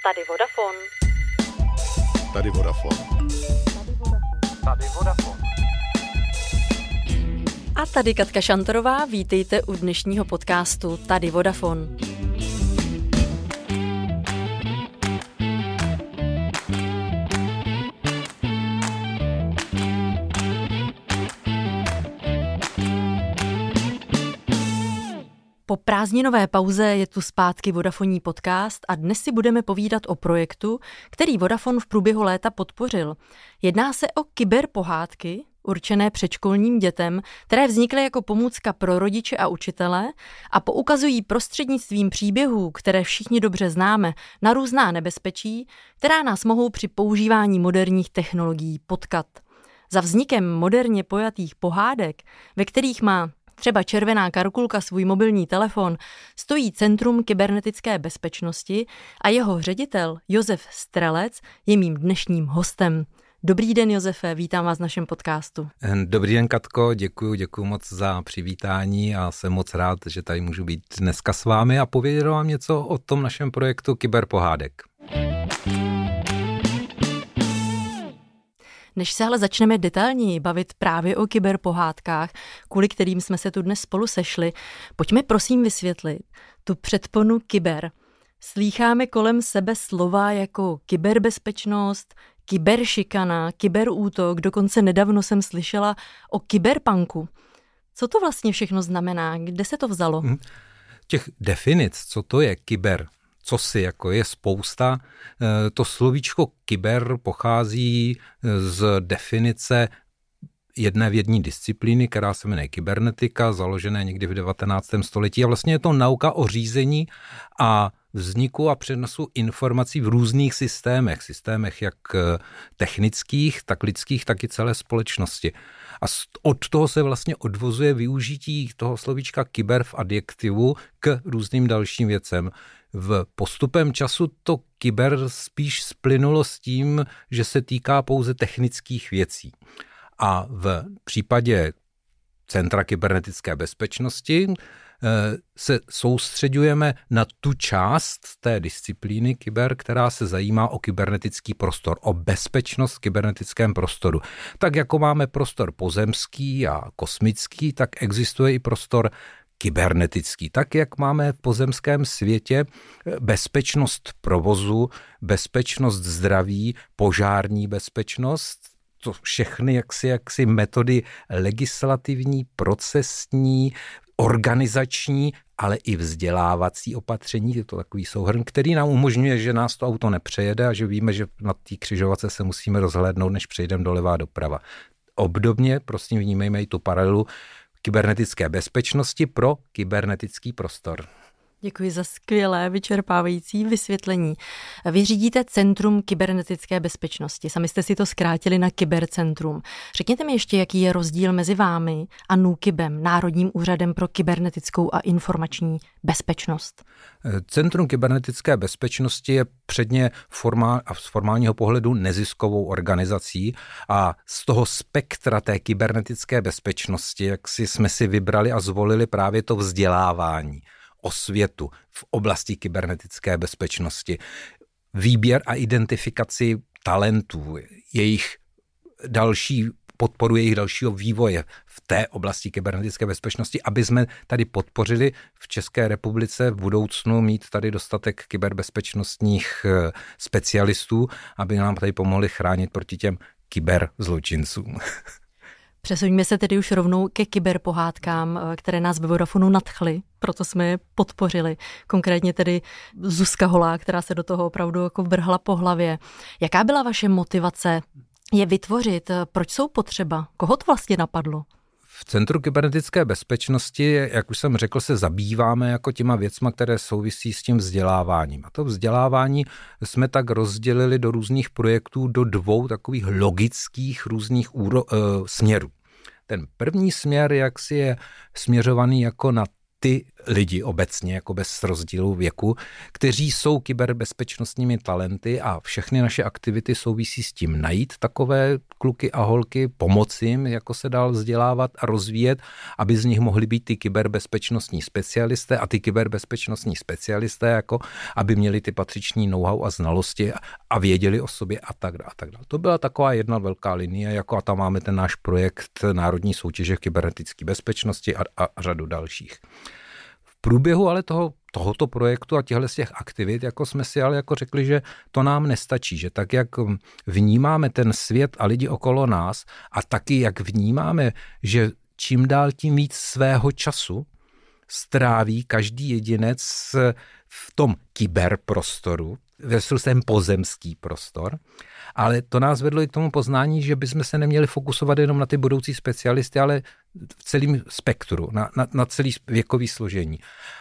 Tady Vodafone. Tady Vodafone. Tady Vodafone. A tady Katka Šantorová, vítejte u dnešního podcastu Tady Vodafone. Po prázdninové pauze je tu zpátky Vodafoní podcast a dnes si budeme povídat o projektu, který Vodafone v průběhu léta podpořil. Jedná se o kyberpohádky, určené předškolním dětem, které vznikly jako pomůcka pro rodiče a učitele a poukazují prostřednictvím příběhů, které všichni dobře známe, na různá nebezpečí, která nás mohou při používání moderních technologií potkat. Za vznikem moderně pojatých pohádek, ve kterých má třeba červená karkulka svůj mobilní telefon, stojí Centrum kybernetické bezpečnosti a jeho ředitel Josef Strelec je mým dnešním hostem. Dobrý den, Josefe, vítám vás v našem podcastu. Dobrý den, Katko, děkuji moc za přivítání a jsem moc rád, že tady můžu být dneska s vámi a povědět vám něco o tom našem projektu Kyberpohádek. Než se ale začneme detailněji bavit právě o kyberpohádkách, kvůli kterým jsme se tu dnes spolu sešli, pojďme prosím vysvětlit tu předponu kyber. Slýcháme kolem sebe slova jako kyberbezpečnost, kyberšikana, kyberútok, dokonce nedávno jsem slyšela o kyberpunku. Co to vlastně všechno znamená? Kde se to vzalo? Těch definic, co to je kyber, co si jako je spousta. To slovíčko kyber pochází z definice jedné vědní disciplíny, která se jmenuje kybernetika, založené někdy v 19. století. A vlastně je to nauka o řízení a vzniku a přenosu informací v různých systémech jak technických, tak lidských, tak i celé společnosti. A od toho se vlastně odvozuje využití toho slovíčka kyber v adjektivu k různým dalším věcem. V postupem času to kyber spíš splynulo s tím, že se týká pouze technických věcí. A v případě Centra kybernetické bezpečnosti se soustřeďujeme na tu část té disciplíny kyber, která se zajímá o kybernetický prostor, o bezpečnost v kybernetickém prostoru. Tak jako máme prostor pozemský a kosmický, tak existuje i prostor kybernetický. Tak, jak máme v pozemském světě bezpečnost provozu, bezpečnost zdraví, požární bezpečnost, to všechny jaksi metody legislativní, procesní, organizační, ale i vzdělávací opatření. Je to takový souhrn, který nám umožňuje, že nás to auto nepřejede a že víme, že na té křižovatce se musíme rozhlédnout, než přejdeme doleva a doprava. Obdobně, prosím, vnímejme i tu paralelu kybernetické bezpečnosti pro kybernetický prostor. Děkuji za skvělé, vyčerpávající vysvětlení. Vy řídíte Centrum kybernetické bezpečnosti. Sami jste si to zkrátili na Kybercentrum. Řekněte mi ještě, jaký je rozdíl mezi vámi a NÚKIBem, Národním úřadem pro kybernetickou a informační bezpečnost. Centrum kybernetické bezpečnosti je předně z formálního pohledu neziskovou organizací a z toho spektra té kybernetické bezpečnosti, jak jsme si vybrali a zvolili právě to vzdělávání, osvětu v oblasti kybernetické bezpečnosti, výběr a identifikaci talentů, podporu jejich dalšího vývoje v té oblasti kybernetické bezpečnosti, aby jsme tady podpořili v České republice v budoucnu mít tady dostatek kyberbezpečnostních specialistů, aby nám tady pomohli chránit proti těm kyberzločincům. Přesuňme se tedy už rovnou ke kyberpohádkám, které nás ve Vodafonu nadchly, proto jsme je podpořili. Konkrétně tedy Zuzka Holá, která se do toho opravdu jako vrhla po hlavě. Jaká byla vaše motivace je vytvořit? Proč jsou potřeba? Koho to vlastně napadlo? V Centru kybernetické bezpečnosti, jak už jsem řekl, se zabýváme jako těma věcma, které souvisí s tím vzděláváním. A to vzdělávání jsme tak rozdělili do různých projektů do dvou takových logických různých směrů. Ten první směr, jak si je směřovaný jako na ty lidi obecně, jako bez rozdílu věku, kteří jsou kyberbezpečnostními talenty a všechny naše aktivity souvisí s tím najít takové kluky a holky, pomoci jim, jako se dál vzdělávat a rozvíjet, aby z nich mohli být ty kyberbezpečnostní specialisté a ty kyberbezpečnostní specialisté, jako aby měli ty patřiční know-how a znalosti a věděli o sobě a tak dále. To byla taková jedna velká linie, jako a tam máme ten náš projekt Národní soutěže kybernetické bezpečnosti a řadu dalších. V průběhu ale tohoto projektu a těchto z těch aktivit, jako jsme si ale jako řekli, že to nám nestačí, že tak, jak vnímáme ten svět a lidi okolo nás a taky, jak vnímáme, že čím dál tím víc svého času stráví každý jedinec v tom kyberprostoru, versus ten pozemský prostor, ale to nás vedlo i k tomu poznání, že bychom se neměli fokusovat jenom na ty budoucí specialisty, ale v celém spektru, na celý věkový složení.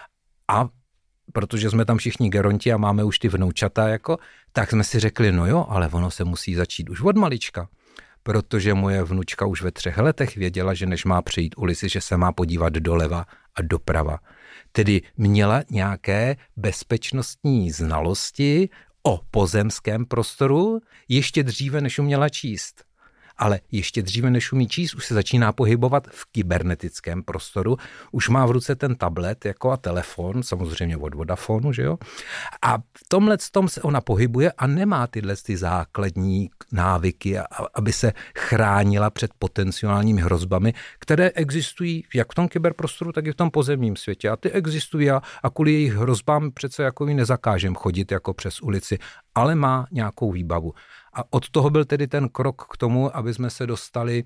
A protože jsme tam všichni geronti a máme už ty vnoučata, tak jsme si řekli, no jo, ale ono se musí začít už od malička. Protože moje vnučka už ve 3 letech věděla, že než má přejít ulici, že se má podívat doleva a doprava. Tedy měla nějaké bezpečnostní znalosti o pozemském prostoru ještě dříve, než uměla číst. Ale ještě dříve, než umí číst, už se začíná pohybovat v kybernetickém prostoru. Už má v ruce ten tablet a telefon, samozřejmě od Vodafonu, že jo? A v tomhle tom se ona pohybuje a nemá tyhle ty základní návyky, aby se chránila před potenciálními hrozbami, které existují jak v tom kyberprostoru, tak i v tom pozemním světě. A ty existují a kvůli jejich hrozbám přece nezakážem chodit přes ulici, ale má nějakou výbavu. A od toho byl tedy ten krok k tomu, aby jsme se dostali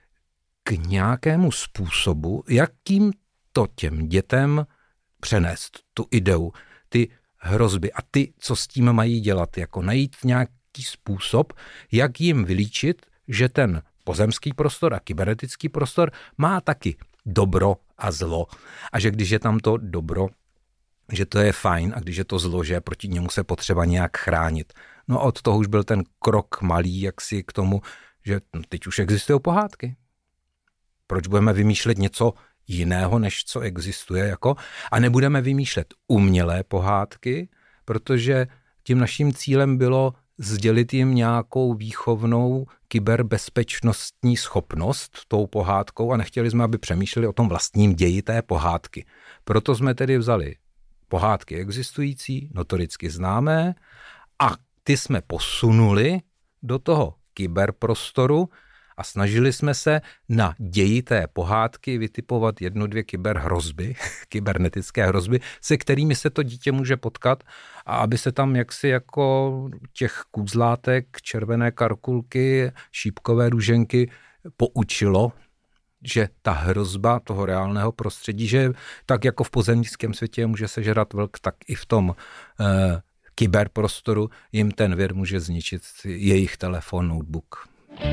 k nějakému způsobu, jakým to těm dětem přenést, tu ideu, ty hrozby a ty, co s tím mají dělat, najít nějaký způsob, jak jim vylíčit, že ten pozemský prostor a kybernetický prostor má taky dobro a zlo. A že když je tam to dobro, že to je fajn a když je to zlo, že proti němu se potřeba nějak chránit. No a od toho už byl ten krok malý, k tomu, že teď už existují pohádky. Proč budeme vymýšlet něco jiného, než co existuje, a nebudeme vymýšlet umělé pohádky, protože tím naším cílem bylo sdělit jim nějakou výchovnou kyberbezpečnostní schopnost tou pohádkou a nechtěli jsme, aby přemýšleli o tom vlastním ději té pohádky. Proto jsme tedy vzali pohádky existující, notoricky známé, a ty jsme posunuli do toho kyberprostoru a snažili jsme se na ději té pohádky vytipovat 1-2 kyberhrozby, kybernetické hrozby, se kterými se to dítě může potkat a aby se tam těch kůzlátek, červené karkulky, šípkové růženky poučilo, že ta hrozba toho reálného prostředí, že tak jako v pozemském světě může sežrat vlk, tak i v tom kyberprostoru jim ten vir může zničit jejich telefon, notebook.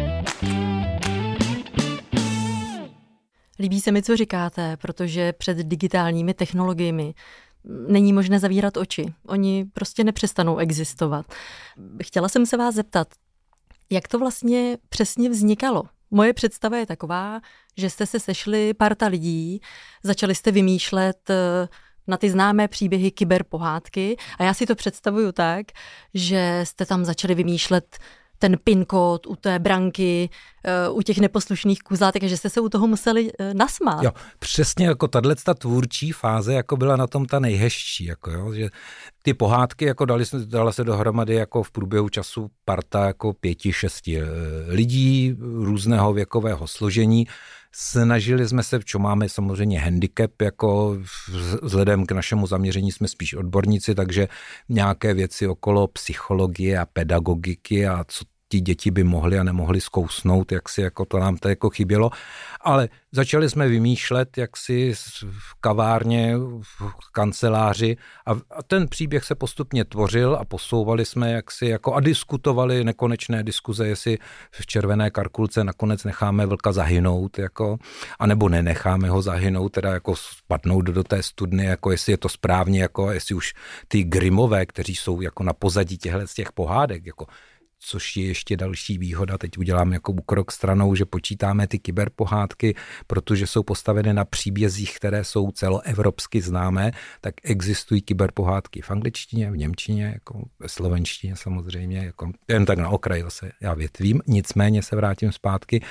Líbí se mi, co říkáte, protože před digitálními technologiemi není možné zavírat oči. Oni prostě nepřestanou existovat. Chtěla jsem se vás zeptat, jak to vlastně přesně vznikalo? Moje představa je taková, že jste se sešli parta lidí, začali jste vymýšlet na ty známé příběhy kyberpohádky a já si to představuju tak, že jste tam začali vymýšlet ten PIN kód u té branky, u těch neposlušných kůzlátek, že jste se u toho museli nasmát. Jo, přesně tato tvůrčí fáze byla na tom ta nejhezčí, že ty pohádky dala se dohromady v průběhu času parta 5-6 lidí různého věkového složení. Snažili jsme se, v čem máme samozřejmě handicap, vzhledem k našemu zaměření jsme spíš odborníci, takže nějaké věci okolo psychologie a pedagogiky a co ti děti by mohly a nemohly zkousnout, to nám to chybělo. Ale začali jsme vymýšlet, v kavárně, v kanceláři a ten příběh se postupně tvořil a posouvali jsme a diskutovali nekonečné diskuze, jestli v červené karkulce nakonec necháme vlka zahynout, anebo nenecháme ho zahynout, teda spadnout do té studny, jestli je to správně, jestli už ty Grimmové, kteří jsou na pozadí těch pohádek, což je ještě další výhoda. Teď udělám jako krok stranou, že počítáme ty kyberpohádky, protože jsou postaveny na příbězích, které jsou celoevropsky známé, tak existují kyberpohádky v angličtině, v němčině, jako ve slovenštině samozřejmě, jako jen tak na okraji zase já větvím, nicméně se vrátím zpátky.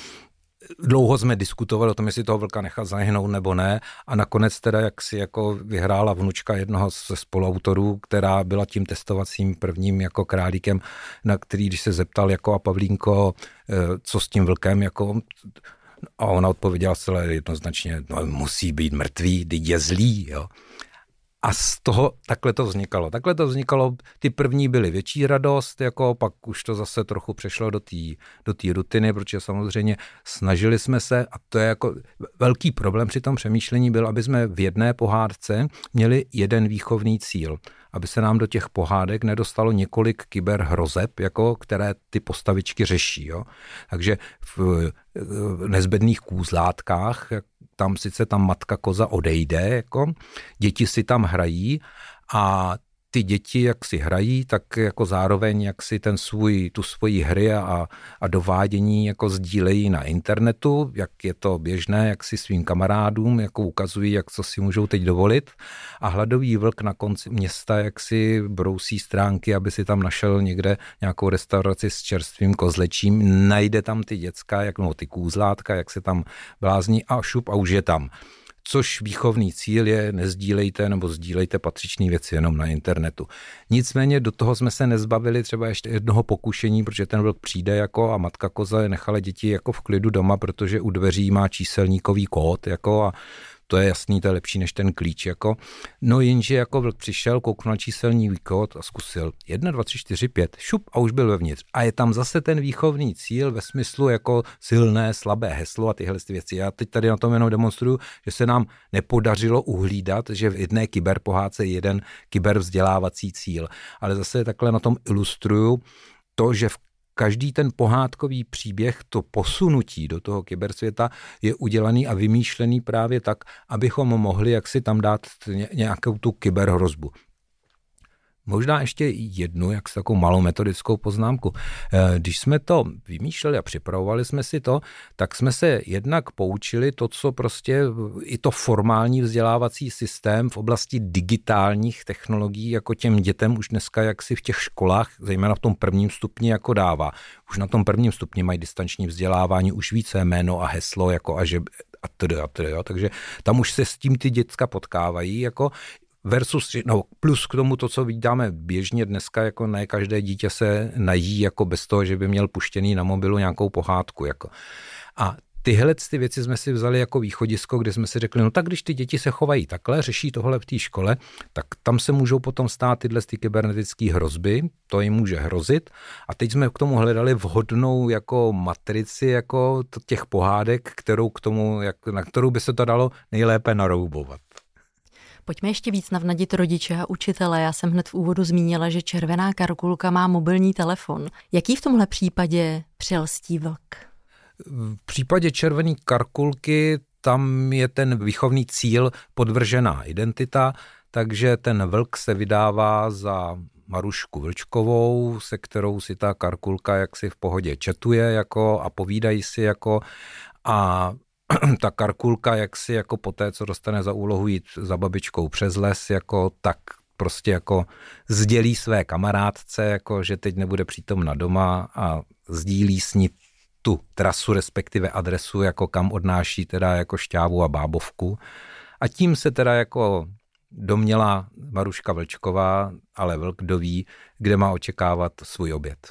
Dlouho jsme diskutovali o tom, jestli toho vlka nechat zahnout nebo ne a nakonec teda jak si jako vyhrála vnučka jednoho ze spoluautorů, která byla tím testovacím prvním jako králíkem, na který, když se zeptal jako a Pavlínko, co s tím vlkem, jako a ona odpověděla celé jednoznačně, no musí být mrtvý, teď je zlý, jo. A z toho takhle to vznikalo. Ty první byly větší radost, jako pak už to zase trochu přešlo do té rutiny, protože samozřejmě snažili jsme se, a to je jako velký problém při tom přemýšlení byl, aby jsme v jedné pohádce měli jeden výchovný cíl, aby se nám do těch pohádek nedostalo několik kyberhrozeb, jako které ty postavičky řeší. Jo? Takže v Nezbedných kůzlátkách tam sice tam matka koza odejde, jako děti si tam hrají a ty děti, jak si hrají, tak jako zároveň, jak si tu svoji hry a dovádění jako sdílejí na internetu, jak je to běžné, jak si svým kamarádům jako ukazují, jak co si můžou teď dovolit. A hladový vlk na konci města, jak si brousí stránky, aby si tam našel někde nějakou restauraci s čerstvým kozlečím, najde tam ty děcka, ty kůzlátka, jak se tam blázní a šup a už je tam. Což výchovný cíl je, nezdílejte nebo sdílejte patřičné věci jenom na internetu. Nicméně do toho jsme se nezbavili třeba ještě jednoho pokušení, protože ten vlk přijde jako a matka koza nechala děti jako v klidu doma, protože u dveří má číselníkový kód jako a to je jasný, to je lepší než ten klíč. Jako. No jenže jako vlk přišel, kouknul na číselný kód a zkusil 1, 2, 3, 4, 5, šup a už byl vevnitř. A je tam zase ten výchovný cíl ve smyslu jako silné, slabé heslo a tyhle věci. Já teď tady na tom jenom demonstruju, že se nám nepodařilo uhlídat, že v jedné kyberpohádce je jeden kybervzdělávací cíl. Ale zase takhle na tom ilustruju to, že v každý ten pohádkový příběh, to posunutí do toho kybersvěta je udělaný a vymýšlený právě tak, abychom mohli jaksi tam dát nějakou tu kyberhrozbu. Možná ještě jednu, jak s takovou malou metodickou poznámku. Když jsme to vymýšleli a připravovali jsme si to, tak jsme se jednak poučili to, co prostě i to formální vzdělávací systém v oblasti digitálních technologií jako těm dětem už dneska jaksi v těch školách, zejména v tom prvním stupni, jako dává. Už na tom prvním stupni mají distanční vzdělávání, už více jméno a heslo, jako a že a tedy, takže tam už se s tím ty děcka potkávají, jako plus k tomu to, co vidíme běžně dneska, jako ne každé dítě se nají jako bez toho, že by měl puštěný na mobilu nějakou pohádku. Jako. A tyhle ty věci jsme si vzali jako východisko, kde jsme si řekli, no tak když ty děti se chovají takhle, řeší tohle v té škole, tak tam se můžou potom stát tyhle ty kybernetické hrozby, to jim může hrozit. A teď jsme k tomu hledali vhodnou jako matrici jako těch pohádek, na kterou by se to dalo nejlépe naroubovat. Pojďme ještě víc navnadit rodiče a učitele. Já jsem hned v úvodu zmínila, že červená karkulka má mobilní telefon. Jaký v tomhle případě přelstí vlk? V případě červené karkulky tam je ten výchovný cíl podvržená identita, takže ten vlk se vydává za Marušku Vlčkovou, se kterou si ta karkulka jaksi v pohodě chatuje jako a povídají si jako a ta karkulka jaksi jako poté, co dostane za úlohu jít za babičkou přes les, jako tak prostě jako sdělí své kamarádce, jako že teď nebude přítomna doma a sdílí s ní tu trasu, respektive adresu, jako kam odnáší teda jako šťávu a bábovku. A tím se teda jako doměla Maruška Vlčková, ale vlk doví, kde má očekávat svůj oběd.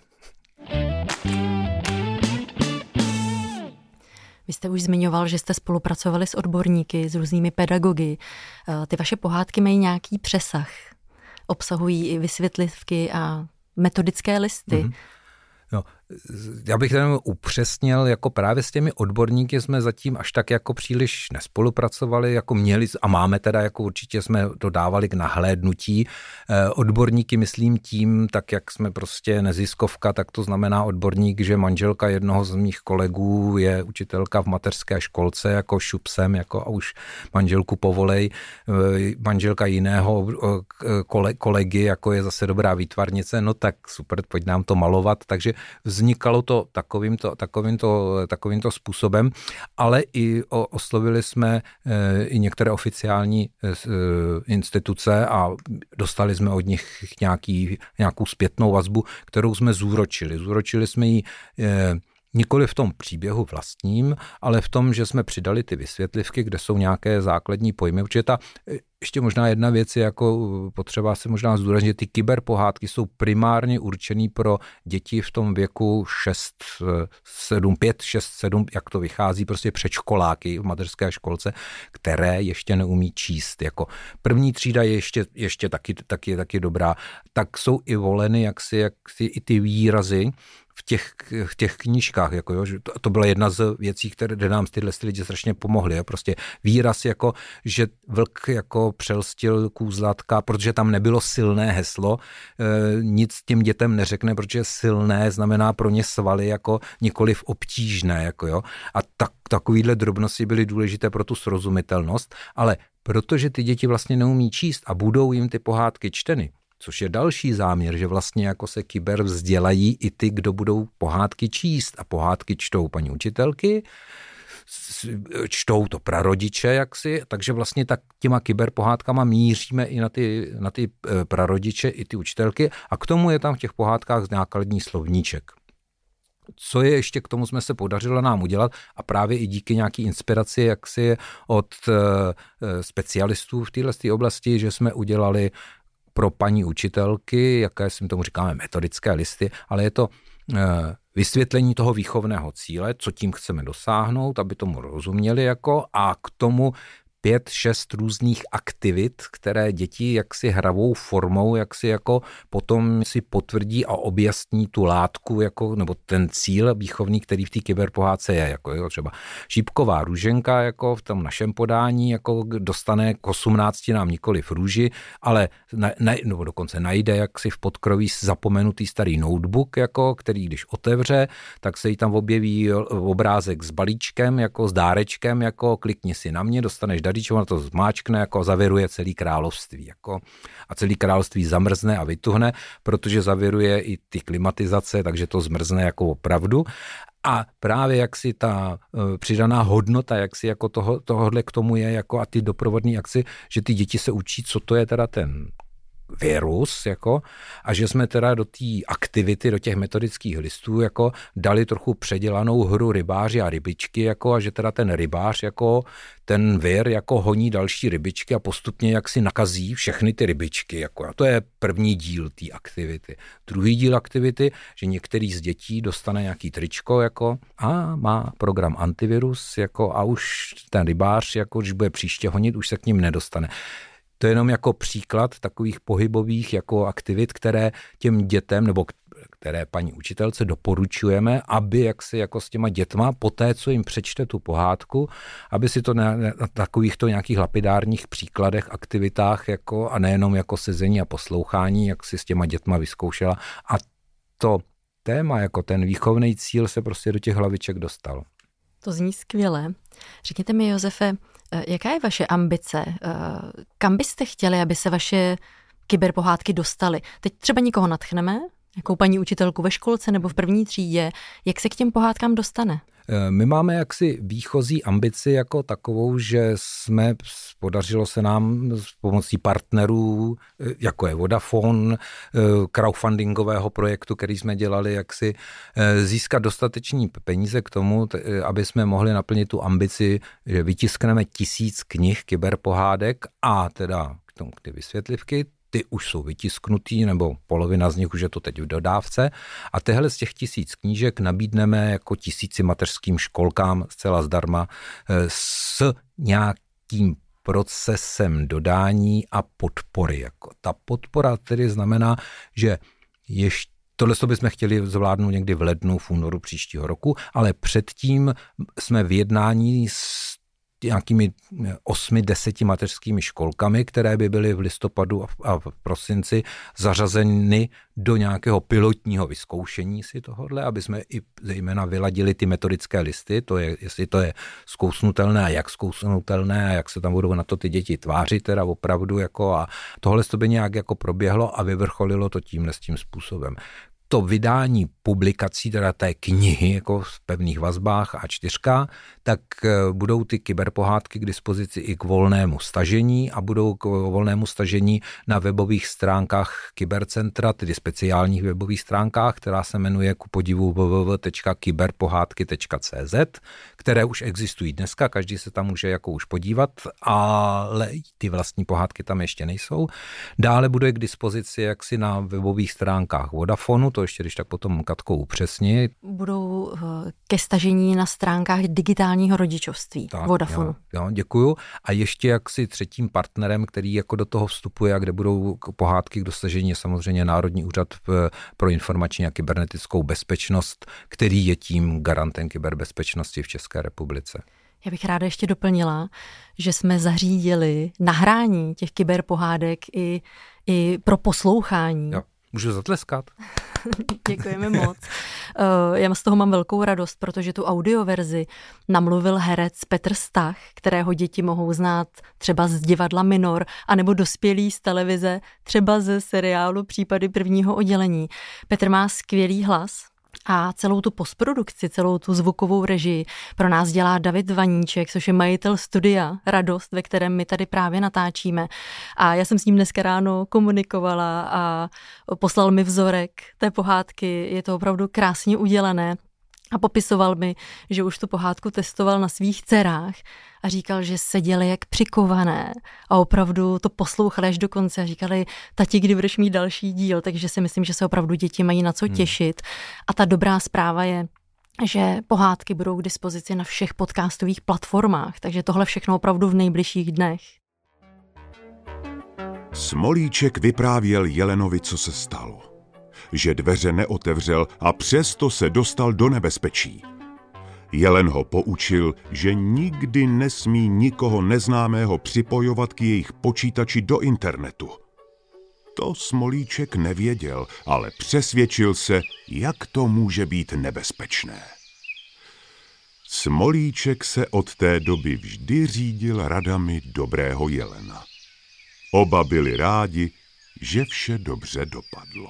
Vy jste už zmiňoval, že jste spolupracovali s odborníky, s různými pedagogy. Ty vaše pohádky mají nějaký přesah. Obsahují i vysvětlivky a metodické listy. Mm-hmm. No, já bych tam upřesnil, jako právě s těmi odborníky jsme zatím až tak jako příliš nespolupracovali, jako měli a máme teda, jako určitě jsme dodávali k nahlédnutí. Odborníky myslím tím, tak jak jsme prostě neziskovka, tak to znamená odborník, že manželka jednoho z mých kolegů je učitelka v mateřské školce, jako šupsem, jako a už manželku povolej, manželka jiného kolegy, jako je zase dobrá výtvarnice, no tak super, pojď nám to malovat, takže vznikalo to takovýmto způsobem, ale i oslovili jsme i některé oficiální instituce a dostali jsme od nich nějakou zpětnou vazbu, kterou jsme zúročili. Zúročili jsme ji nikoli v tom příběhu vlastním, ale v tom, že jsme přidali ty vysvětlivky, kde jsou nějaké základní pojmy. Určitě ještě možná jedna věc je jako potřeba se možná zdůraznit, že ty kyberpohádky jsou primárně určený pro děti v tom věku 5, 6, 7, jak to vychází, prostě předškoláky v mateřské školce, které ještě neumí číst. Jako první třída je ještě taky dobrá. Tak jsou i voleny jaksi i ty výrazy, v těch knížkách, jako jo, že to byla jedna z věcí, které nám tyhle lidi strašně pomohly. Jo. Prostě výraz, jako, že vlk jako přelstil kůzlatka, protože tam nebylo silné heslo, nic těm dětem neřekne, protože silné znamená pro ně svaly jako nikoliv obtížné. Jako jo. A takovýhle drobnosti byly důležité pro tu srozumitelnost, ale protože ty děti vlastně neumí číst a budou jim ty pohádky čteny, což je další záměr, že vlastně jako se kyber vzdělají i ty, kdo budou pohádky číst. A pohádky čtou paní učitelky, čtou to prarodiče jaksi, takže vlastně tak těma kyberpohádkama míříme i na ty prarodiče, i ty učitelky a k tomu je tam v těch pohádkách základní slovníček. Co je ještě k tomu jsme se podařilo nám udělat a právě i díky nějaký inspiraci jaksi od specialistů v této oblasti, že jsme udělali pro paní učitelky, jaké si tomu říkáme metodické listy, ale je to vysvětlení toho výchovného cíle, co tím chceme dosáhnout, aby tomu rozuměli jako a k tomu 5-6 různých aktivit, které děti jaksi hravou formou, jaksi jako potom si potvrdí a objasní tu látku, jako, nebo ten cíl výchovný, který v té kyberpohádce je, jako jo, třeba šípková růženka, jako v tom našem podání, jako dostane k 18 nám nikoliv růži, ale nebo dokonce najde jaksi v podkroví zapomenutý starý notebook, jako, který když otevře, tak se jí tam objeví obrázek s balíčkem, jako s dárečkem, jako klikni si na mě, dostaneš daríček, ona to zmáčkne, jako zaviruje celý království. Jako, a celý království zamrzne a vytuhne, protože zaviruje i ty klimatizace, takže to zmrzne jako opravdu. A právě jak si ta přidaná hodnota, jak si jako tohodle k tomu je, jako a ty doprovodní akci, že ty děti se učí, co to je teda ten virus, jako, a že jsme teda do té aktivity, do těch metodických listů, jako, dali trochu předělanou hru rybáři a rybičky, jako, a že teda ten rybář, jako, ten vir, jako, honí další rybičky a postupně jak si nakazí všechny ty rybičky, jako, a to je první díl té aktivity. Druhý díl aktivity, že některý z dětí dostane nějaký tričko, jako, a má program antivirus, jako, a už ten rybář, jako, když bude příště honit, už se k ním nedostane. To je jenom jako příklad takových pohybových jako aktivit, které těm dětem nebo které paní učitelce doporučujeme, aby jaksi jako s těma dětma poté, co jim přečte tu pohádku, aby si to na takovýchto nějakých lapidárních příkladech, aktivitách jako, a nejenom jako sezení a poslouchání, jak si s těma dětma vyzkoušela. A to téma, jako ten výchovný cíl se prostě do těch hlaviček dostal. To zní skvěle. Řekněte mi, Josefe, jaká je vaše ambice? Kam byste chtěli, aby se vaše kyberpohádky dostaly? Teď třeba někoho nadchneme, jakou paní učitelku ve školce nebo v první třídě. Jak se k těm pohádkám dostane? My máme jaksi výchozí ambici jako takovou, že podařilo se nám s pomocí partnerů, jako je Vodafone, crowdfundingového projektu, který jsme dělali, jaksi získat dostateční peníze k tomu, aby jsme mohli naplnit tu ambici, že vytiskneme 1000 knih kyberpohádek a teda k tomu ty vysvětlivky. Ty už jsou vytisknutý, nebo polovina z nich už je to teď v dodávce. A tehle z těch 1000 knížek nabídneme jako 1000 mateřským školkám zcela zdarma s nějakým procesem dodání a podpory. Jako ta podpora tedy znamená, že ještě Tohle bychom chtěli zvládnout někdy v lednu, v únoru příštího roku, ale předtím jsme v jednání s nějakými 8-10 mateřskými školkami, které by byly v listopadu a v prosinci zařazeny do nějakého pilotního vyzkoušení si tohodle, aby jsme i zejména vyladili ty metodické listy, to je, jestli to je zkousnutelné a jak zkousnutelné a jak se tam budou na to ty děti tvářit teda opravdu jako a tohle to by nějak jako proběhlo a vyvrcholilo to tímhle s tím způsobem. To vydání publikací, teda té knihy jako v pevných vazbách A4, tak budou ty kyberpohádky k dispozici i k volnému stažení a budou k volnému stažení na webových stránkách Kybercentra, tedy speciálních webových stránkách, která se jmenuje ku podivu www.kyberpohádky.cz, které už existují dneska, každý se tam může jako už podívat, ale ty vlastní pohádky tam ještě nejsou. Dále bude k dispozici jaksi na webových stránkách Vodafonu, to ještě když tak potom Katko upřesni. Budou ke stažení na stránkách digitálního rodičovství tak, Vodafonu. Jo, děkuju. A ještě jaksi třetím partnerem, který jako do toho vstupuje a kde budou pohádky k dosažení, je samozřejmě Národní úřad pro informační a kybernetickou bezpečnost, který je tím garantem kyberbezpečnosti v České republice. Já bych ráda ještě doplnila, že jsme zařídili nahrání těch kyberpohádek i pro poslouchání. Jo. Můžu zatleskat? Děkujeme moc. Já z toho mám velkou radost, protože tu audioverzi namluvil herec Petr Stach, kterého děti mohou znát třeba z divadla Minor, anebo dospělí z televize, třeba ze seriálu Případy prvního oddělení. Petr má skvělý hlas a celou tu postprodukci, celou tu zvukovou režii pro nás dělá David Vaníček, což je majitel studia Radost, ve kterém my tady právě natáčíme. A já jsem s ním dneska ráno komunikovala a poslal mi vzorek té pohádky. Je to opravdu krásně udělané. A popisoval mi, že už tu pohádku testoval na svých dcerách a říkal, že seděli jak přikované a opravdu to poslouchali až do konce a říkali, tati, kdy budeš mít další díl, takže si myslím, že se opravdu děti mají na co těšit. A ta dobrá zpráva je, že pohádky budou k dispozici na všech podcastových platformách, takže tohle všechno opravdu v nejbližších dnech. Smolíček vyprávěl Jelenovi, co se stalo. Že dveře neotevřel a přesto se dostal do nebezpečí. Jelen ho poučil, že nikdy nesmí nikoho neznámého připojovat k jejich počítači do internetu. To Smolíček nevěděl, ale přesvědčil se, jak to může být nebezpečné. Smolíček se od té doby vždy řídil radami dobrého Jelena. Oba byli rádi, že vše dobře dopadlo.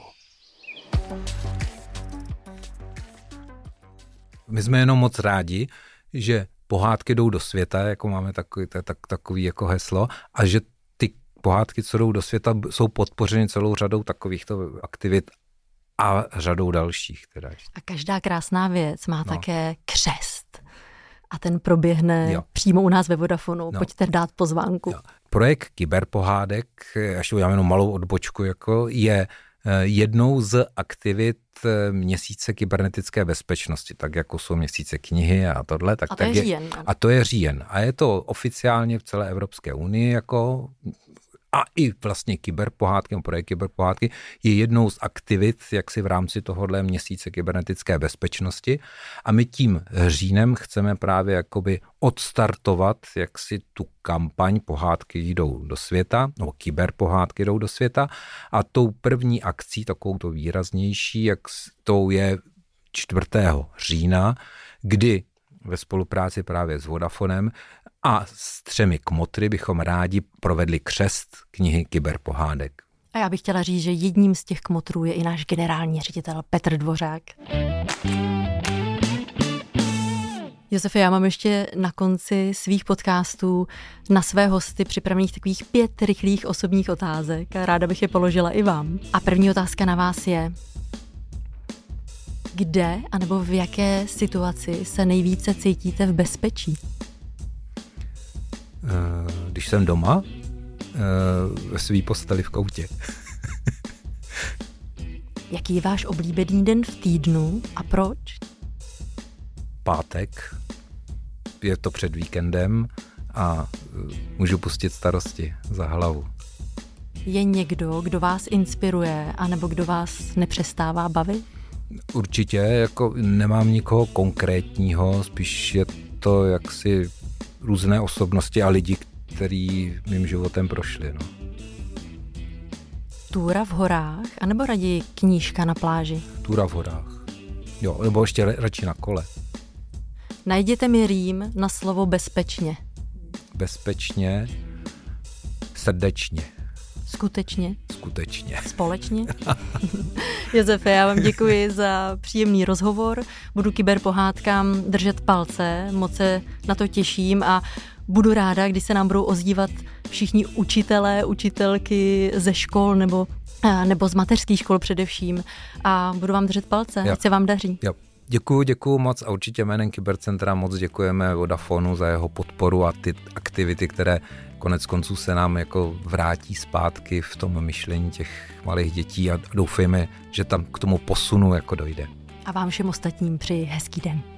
My jsme jenom moc rádi, že pohádky jdou do světa, jako máme takový jako heslo, a že ty pohádky, co jdou do světa, jsou podpořeny celou řadou takovýchto aktivit a řadou dalších. Teda. A každá krásná věc má také křest. A ten proběhne přímo u nás ve Vodafonu. Pojďte dát pozvánku. Jo. Projekt Kyberpohádek, až uděláme jenom malou odbočku, jako je jednou z aktivit měsíce kybernetické bezpečnosti, tak jako jsou měsíce knihy a tohle. Tak, a to je říjen. A to je říjen. A je to oficiálně v celé Evropské unii jako a i vlastně kyberpohádky, projekt Kyberpohádky je jednou z aktivit, jaksi v rámci tohohle měsíce kybernetické bezpečnosti. A my tím říjnem chceme právě jakoby odstartovat jaksi tu kampaň Pohádky jdou do světa, nebo Kyberpohádky jdou do světa. A tou první akcí, takovou to výraznější, jak tou je 4. října, kdy ve spolupráci právě s Vodafonem a s 3 kmotry bychom rádi provedli křest knihy Kyberpohádek. A já bych chtěla říct, že jedním z těch kmotrů je i náš generální ředitel Petr Dvořák. Josefe, já mám ještě na konci svých podcastů na své hosty připravených takových 5 rychlých osobních otázek a ráda bych je položila i vám. A první otázka na vás je, kde anebo v jaké situaci se nejvíce cítíte v bezpečí? Když jsem doma, ve svý posteli v koutě. Jaký je váš oblíbený den v týdnu a proč? Pátek, je to před víkendem a můžu pustit starosti za hlavu. Je někdo, kdo vás inspiruje, anebo kdo vás nepřestává bavit? Určitě, jako nemám nikoho konkrétního, spíš je to jaksi různé osobnosti a lidi, který mým životem prošli. No. Túra v horách, anebo raději knížka na pláži? Túra v horách. Jo, nebo ještě radši na kole. Najděte mi rým na slovo bezpečně. Bezpečně, srdečně. Skutečně? Skutečně. Společně? Josefe, já vám děkuji za příjemný rozhovor. Budu kyberpohádkám držet palce, moc se na to těším a budu ráda, když se nám budou ozývat všichni učitelé, učitelky ze škol nebo z mateřských škol především. A budu vám držet palce, ať se vám daří. Jo. Děkuju moc a určitě jménem Kybercentra moc děkujeme Vodafonu za jeho podporu a ty aktivity, které konec konců se nám jako vrátí zpátky v tom myšlení těch malých dětí a doufejme, že tam k tomu posunu jako dojde. A vám všem ostatním přeji hezký den.